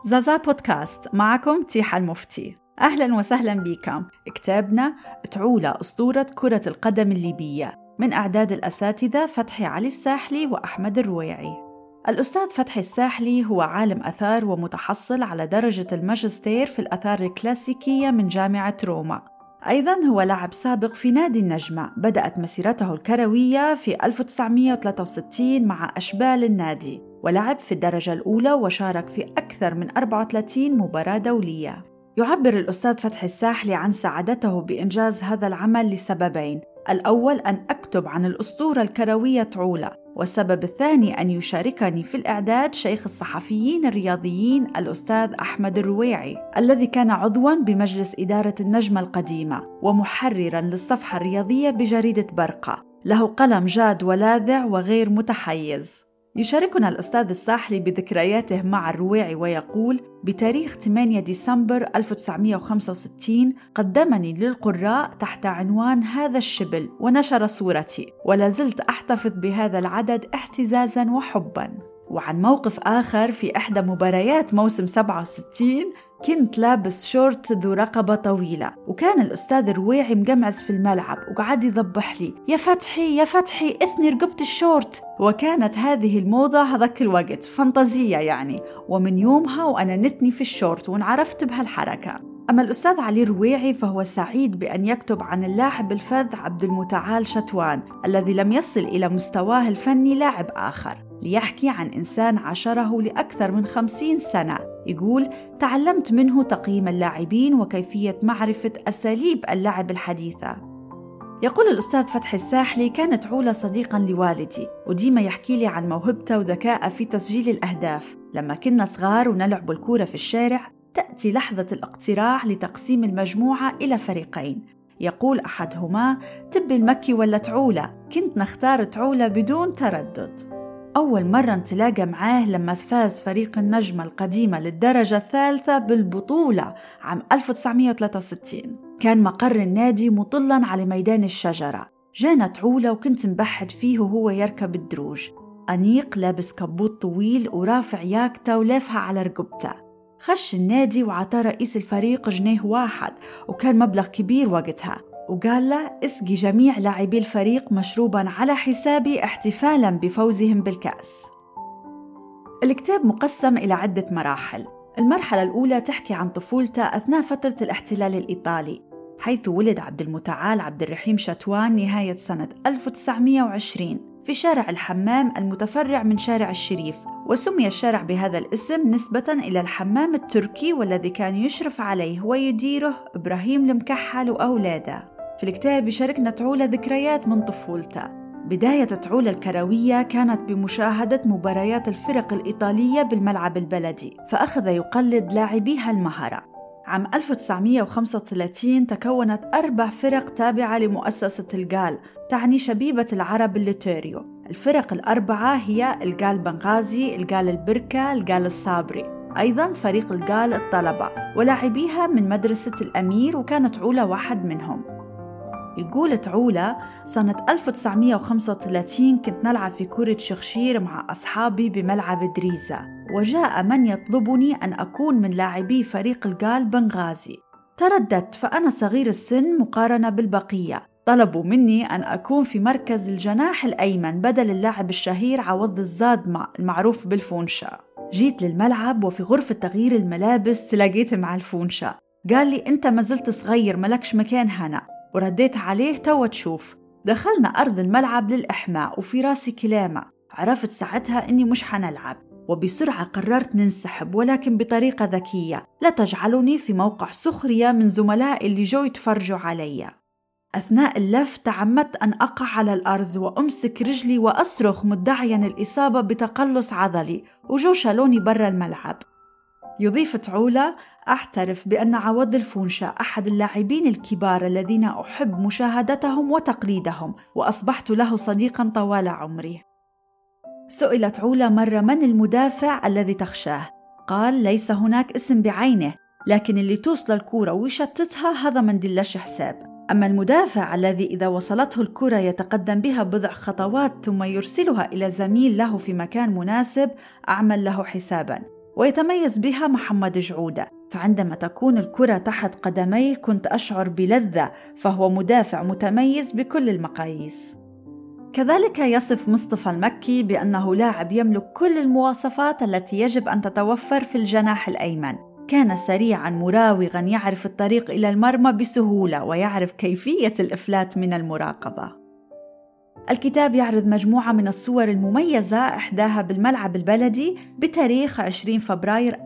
زازا بودكاست، معكم تيحة المفتي. أهلاً وسهلاً بكم. كتابنا تعولى أسطورة كرة القدم الليبية من إعداد الأساتذة فتحي علي الساحلي وأحمد الرويعي. الأستاذ فتحي الساحلي هو عالم آثار ومتحصل على درجة الماجستير في الآثار الكلاسيكية من جامعة روما. أيضاً هو لاعب سابق في نادي النجمة، بدأت مسيرته الكروية في 1963 مع أشبال النادي، ولعب في الدرجة الأولى وشارك في أكثر من 34 مباراة دولية. يعبر الأستاذ فتحي الساحلي عن سعادته بإنجاز هذا العمل لسببين: الأول أن أكتب عن الأسطورة الكروية تعولى، والسبب الثاني أن يشاركني في الإعداد شيخ الصحفيين الرياضيين الأستاذ أحمد الرويعي، الذي كان عضواً بمجلس إدارة النجمة القديمة ومحرراً للصفحة الرياضية بجريدة برقة، له قلم جاد ولاذع وغير متحيز. يشاركنا الأستاذ الساحلي بذكرياته مع الرويعي ويقول: بتاريخ 8 ديسمبر 1965 قدمني للقراء تحت عنوان هذا الشبل ونشر صورتي، ولا زلت أحتفظ بهذا العدد احتزازاً وحباً. وعن موقف آخر، في إحدى مباريات موسم 67 كنت لابس شورت ذو رقبة طويلة، وكان الأستاذ الرويعي مجمعز في الملعب وقعد يضبح لي: يا فتحي يا فتحي اثني رقبة الشورت. وكانت هذه الموضة هذاك الوقت فانتازية يعني، ومن يومها وأنا نتني في الشورت وانعرفت بهالحركة. أما الأستاذ علي الرويعي فهو سعيد بأن يكتب عن اللاعب الفذ عبد المتعال شتوان، الذي لم يصل إلى مستواه الفني لاعب آخر، ليحكي عن إنسان عاشره لأكثر من 50 سنة. يقول: تعلمت منه تقييم اللاعبين وكيفية معرفة أساليب اللعب الحديثة. يقول الأستاذ فتحي الساحلي: كانت عولى صديقاً لوالدي، وديما يحكي لي عن موهبته وذكائه في تسجيل الأهداف. لما كنا صغار ونلعب الكورة في الشارع، تأتي لحظة الاقتراع لتقسيم المجموعة إلى فريقين. يقول أحدهما: تبي المكي ولا تعولى؟ كنت نختار تعولى بدون تردد. أول مرة نتلاقى معاه لما فاز فريق النجمة القديمة للدرجة الثالثة بالبطولة عام 1963. كان مقر النادي مطلاً على ميدان الشجرة. جانا تعولى وكنت مبحد فيه وهو يركب الدروج، أنيق لابس كبوت طويل ورافع ياكته ولافها على رقبته. خش النادي وعطى رئيس الفريق جنيه واحد، وكان مبلغ كبير وقتها، وقال له: اسقي جميع لاعبي الفريق مشروباً على حسابي احتفالاً بفوزهم بالكأس. الكتاب مقسم إلى عدة مراحل. المرحلة الأولى تحكي عن طفولته أثناء فترة الاحتلال الإيطالي، حيث ولد عبد المتعال عبد الرحيم شتوان نهاية سنة 1920 في شارع الحمام المتفرع من شارع الشريف، وسمي الشارع بهذا الاسم نسبة إلى الحمام التركي والذي كان يشرف عليه ويديره إبراهيم المكحل وأولاده. في الكتاب يشاركنا تعولى ذكريات من طفولته. بداية تعولى الكروية كانت بمشاهدة مباريات الفرق الإيطالية بالملعب البلدي، فأخذ يقلد لاعبيها المهرة. عام 1935 تكونت 4 فرق تابعة لمؤسسة الجال، تعني شبيبة العرب الليتوريو. الفرق ال4 هي الجال بنغازي، الجال البركة، الجال الصابري، أيضاً فريق الجال الطلبة، ولاعبيها من مدرسة الأمير، وكانت تعولى واحد منهم. يقول تعولى: سنة 1935 كنت نلعب في كرة شخشير مع أصحابي بملعب دريزة، وجاء من يطلبني أن أكون من لاعبي فريق الجال بنغازي. ترددت، فأنا صغير السن مقارنة بالبقية. طلبوا مني أن أكون في مركز الجناح الأيمن بدل اللاعب الشهير عوض الزادمة المعروف بالفونشا. جيت للملعب وفي غرفة تغيير الملابس تلاقيت مع الفونشا. قال لي: أنت ما زلت صغير، ملكش مكان هنا. ورديت عليه: تو تشوف. دخلنا أرض الملعب للإحماء وفي راسي كلامة. عرفت ساعتها إني مش حنلعب، وبسرعة قررت ننسحب، ولكن بطريقة ذكية لا تجعلني في موقع سخرية من زملائي اللي جو يتفرجوا علي. أثناء اللف تعمدت أن أقع على الأرض وأمسك رجلي وأصرخ مدعياً الإصابة بتقلص عضلي، وجو شالوني برا الملعب. يضيف تعولى: أعترف بأن عوض الفونشا أحد اللاعبين الكبار الذين أحب مشاهدتهم وتقليدهم، وأصبحت له صديقاً طوال عمري. سئل تعولى مرة: من المدافع الذي تخشاه؟ قال: ليس هناك اسم بعينه، لكن اللي توصل الكرة ويشتتها هذا ما ندلش حساب. أما المدافع الذي إذا وصلته الكرة يتقدم بها بضع خطوات ثم يرسلها إلى زميل له في مكان مناسب، أعمل له حساباً. ويتميز بها محمد جعودة، فعندما تكون الكرة تحت قدميه كنت أشعر بلذة، فهو مدافع متميز بكل المقاييس. كذلك يصف مصطفى المكي بأنه لاعب يملك كل المواصفات التي يجب أن تتوفر في الجناح الأيمن. كان سريعاً مراوغاً، يعرف الطريق إلى المرمى بسهولة ويعرف كيفية الإفلات من المراقبة. الكتاب يعرض مجموعة من الصور المميزة، إحداها بالملعب البلدي بتاريخ 20 فبراير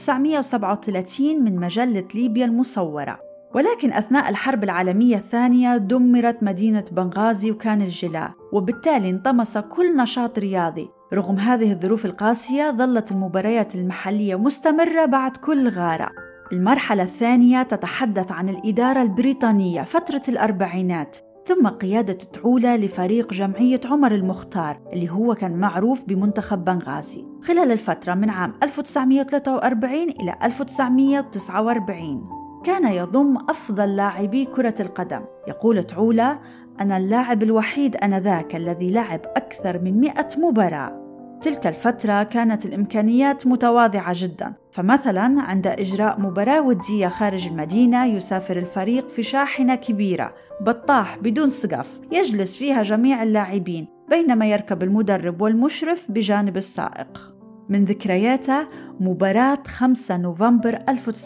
1937 من مجلة ليبيا المصورة. ولكن أثناء الحرب العالمية الثانية دمرت مدينة بنغازي وكان الجلاء، وبالتالي انطمس كل نشاط رياضي. رغم هذه الظروف القاسية ظلت المباريات المحلية مستمرة بعد كل غارة. المرحلة الثانية تتحدث عن الإدارة البريطانية فترة الأربعينات، ثم قيادة تعولة لفريق جمعية عمر المختار اللي هو كان معروف بمنتخب بنغازي خلال الفترة من عام 1943 إلى 1949. كان يضم أفضل لاعبي كرة القدم. يقول تعولة: أنا اللاعب الوحيد آنذاك الذي لعب أكثر من 100 مباراة. تلك الفترة كانت الإمكانيات متواضعة جداً، فمثلاً عند إجراء مباراة ودية خارج المدينة يسافر الفريق في شاحنة كبيرة بطاح بدون سقف يجلس فيها جميع اللاعبين، بينما يركب المدرب والمشرف بجانب السائق. من ذكرياته مباراة 5 نوفمبر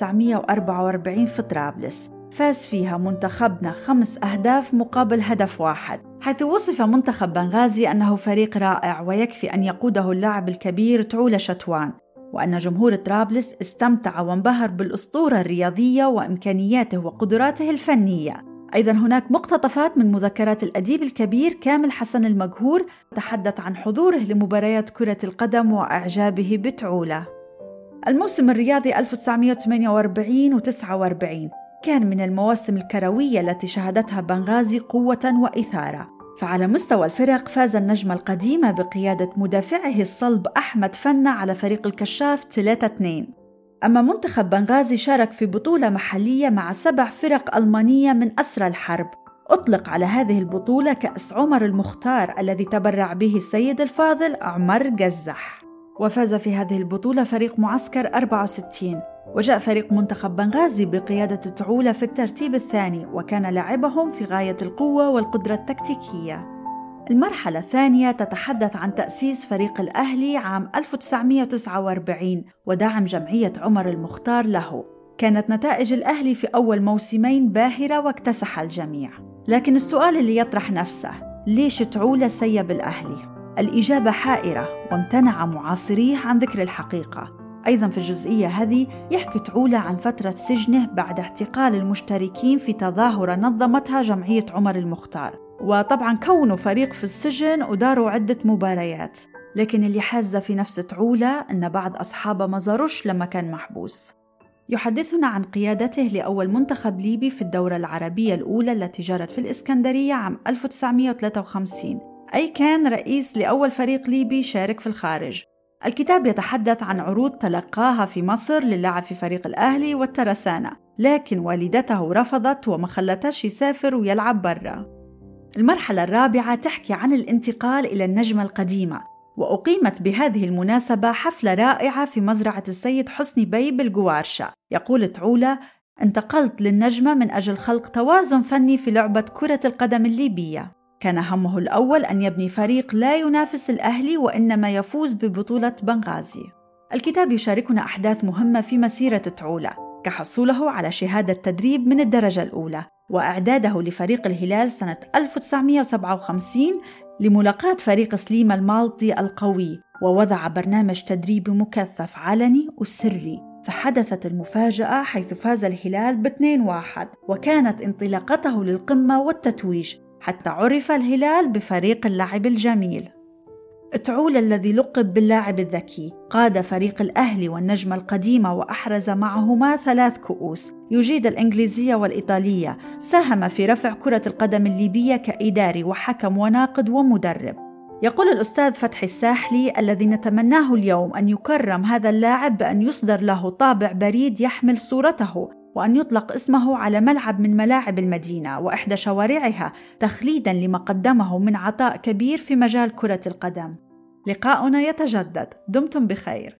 1944 في طرابلس، فاز فيها منتخبنا 5 أهداف مقابل هدف واحد، حيث وصف منتخب بنغازي أنه فريق رائع ويكفي أن يقوده اللاعب الكبير تعولة شتوان، وأن جمهور طرابلس استمتع وانبهر بالأسطورة الرياضية وإمكانياته وقدراته الفنية. أيضاً هناك مقتطفات من مذكرات الأديب الكبير كامل حسن المقهور تحدث عن حضوره لمباريات كرة القدم وإعجابه بتعولة. الموسم الرياضي 1948 و 49 كان من المواسم الكروية التي شهدتها بنغازي قوة وإثارة. فعلى مستوى الفرق فاز النجم القديمة بقيادة مدافعه الصلب أحمد فنة على فريق الكشاف 3-2. أما منتخب بنغازي شارك في بطولة محلية مع 7 فرق ألمانية من أسرى الحرب. أطلق على هذه البطولة كأس عمر المختار الذي تبرع به السيد الفاضل عمر قزح. وفاز في هذه البطولة فريق معسكر 64. وجاء فريق منتخب بنغازي بقيادة تعولة في الترتيب الثاني، وكان لاعبهم في غاية القوة والقدرة التكتيكية. المرحلة الثانية تتحدث عن تأسيس فريق الأهلي عام 1949 ودعم جمعية عمر المختار له. كانت نتائج الأهلي في أول موسمين باهرة واكتسح الجميع، لكن السؤال اللي يطرح نفسه: ليش تعولة سيب الأهلي؟ الإجابة حائرة، وامتنع معاصريه عن ذكر الحقيقة. أيضاً في الجزئية هذه يحكي تعولة عن فترة سجنه بعد اعتقال المشتركين في تظاهرة نظمتها جمعية عمر المختار، وطبعاً كونوا فريق في السجن وداروا عدة مباريات. لكن اللي حاز في نفس تعولة أن بعض أصحابه ما زاروش لما كان محبوس. يحدثنا عن قيادته لأول منتخب ليبي في الدورة العربية الأولى التي جرت في الإسكندرية عام 1953، أي كان رئيس لأول فريق ليبي شارك في الخارج. الكتاب يتحدث عن عروض تلقاها في مصر للعب في فريق الأهلي والترسانة، لكن والدته رفضت وما خلتش يسافر ويلعب برا. المرحلة الرابعة تحكي عن الانتقال إلى النجمة القديمة، وأقيمت بهذه المناسبة حفلة رائعة في مزرعة السيد حسني بي بالجوارشة. يقول تعولة: انتقلت للنجمة من أجل خلق توازن فني في لعبة كرة القدم الليبية. كان همه الأول أن يبني فريق لا ينافس الأهلي وإنما يفوز ببطولة بنغازي. الكتاب يشاركنا أحداث مهمة في مسيرة تعولة، كحصوله على شهادة تدريب من الدرجة الأولى، وإعداده لفريق الهلال سنة 1957 لملاقاة فريق سليم المالطي القوي، ووضع برنامج تدريبي مكثف علني وسري. فحدثت المفاجأة حيث فاز الهلال ب2-1، وكانت انطلاقته للقمة والتتويج، حتى عرف الهلال بفريق اللعب الجميل. تعولة الذي لقب باللاعب الذكي قاد فريق الأهلي والنجمة القديمة وأحرز معهما 3 كؤوس، يجيد الإنجليزية والإيطالية. ساهم في رفع كرة القدم الليبية كإداري وحكم وناقد ومدرب. يقول الأستاذ فتحي الساحلي: الذي نتمناه اليوم أن يكرم هذا اللاعب بأن يصدر له طابع بريد يحمل صورته، وأن يطلق اسمه على ملعب من ملاعب المدينة وإحدى شوارعها، تخليداً لما قدمه من عطاء كبير في مجال كرة القدم. لقاؤنا يتجدد. دمتم بخير.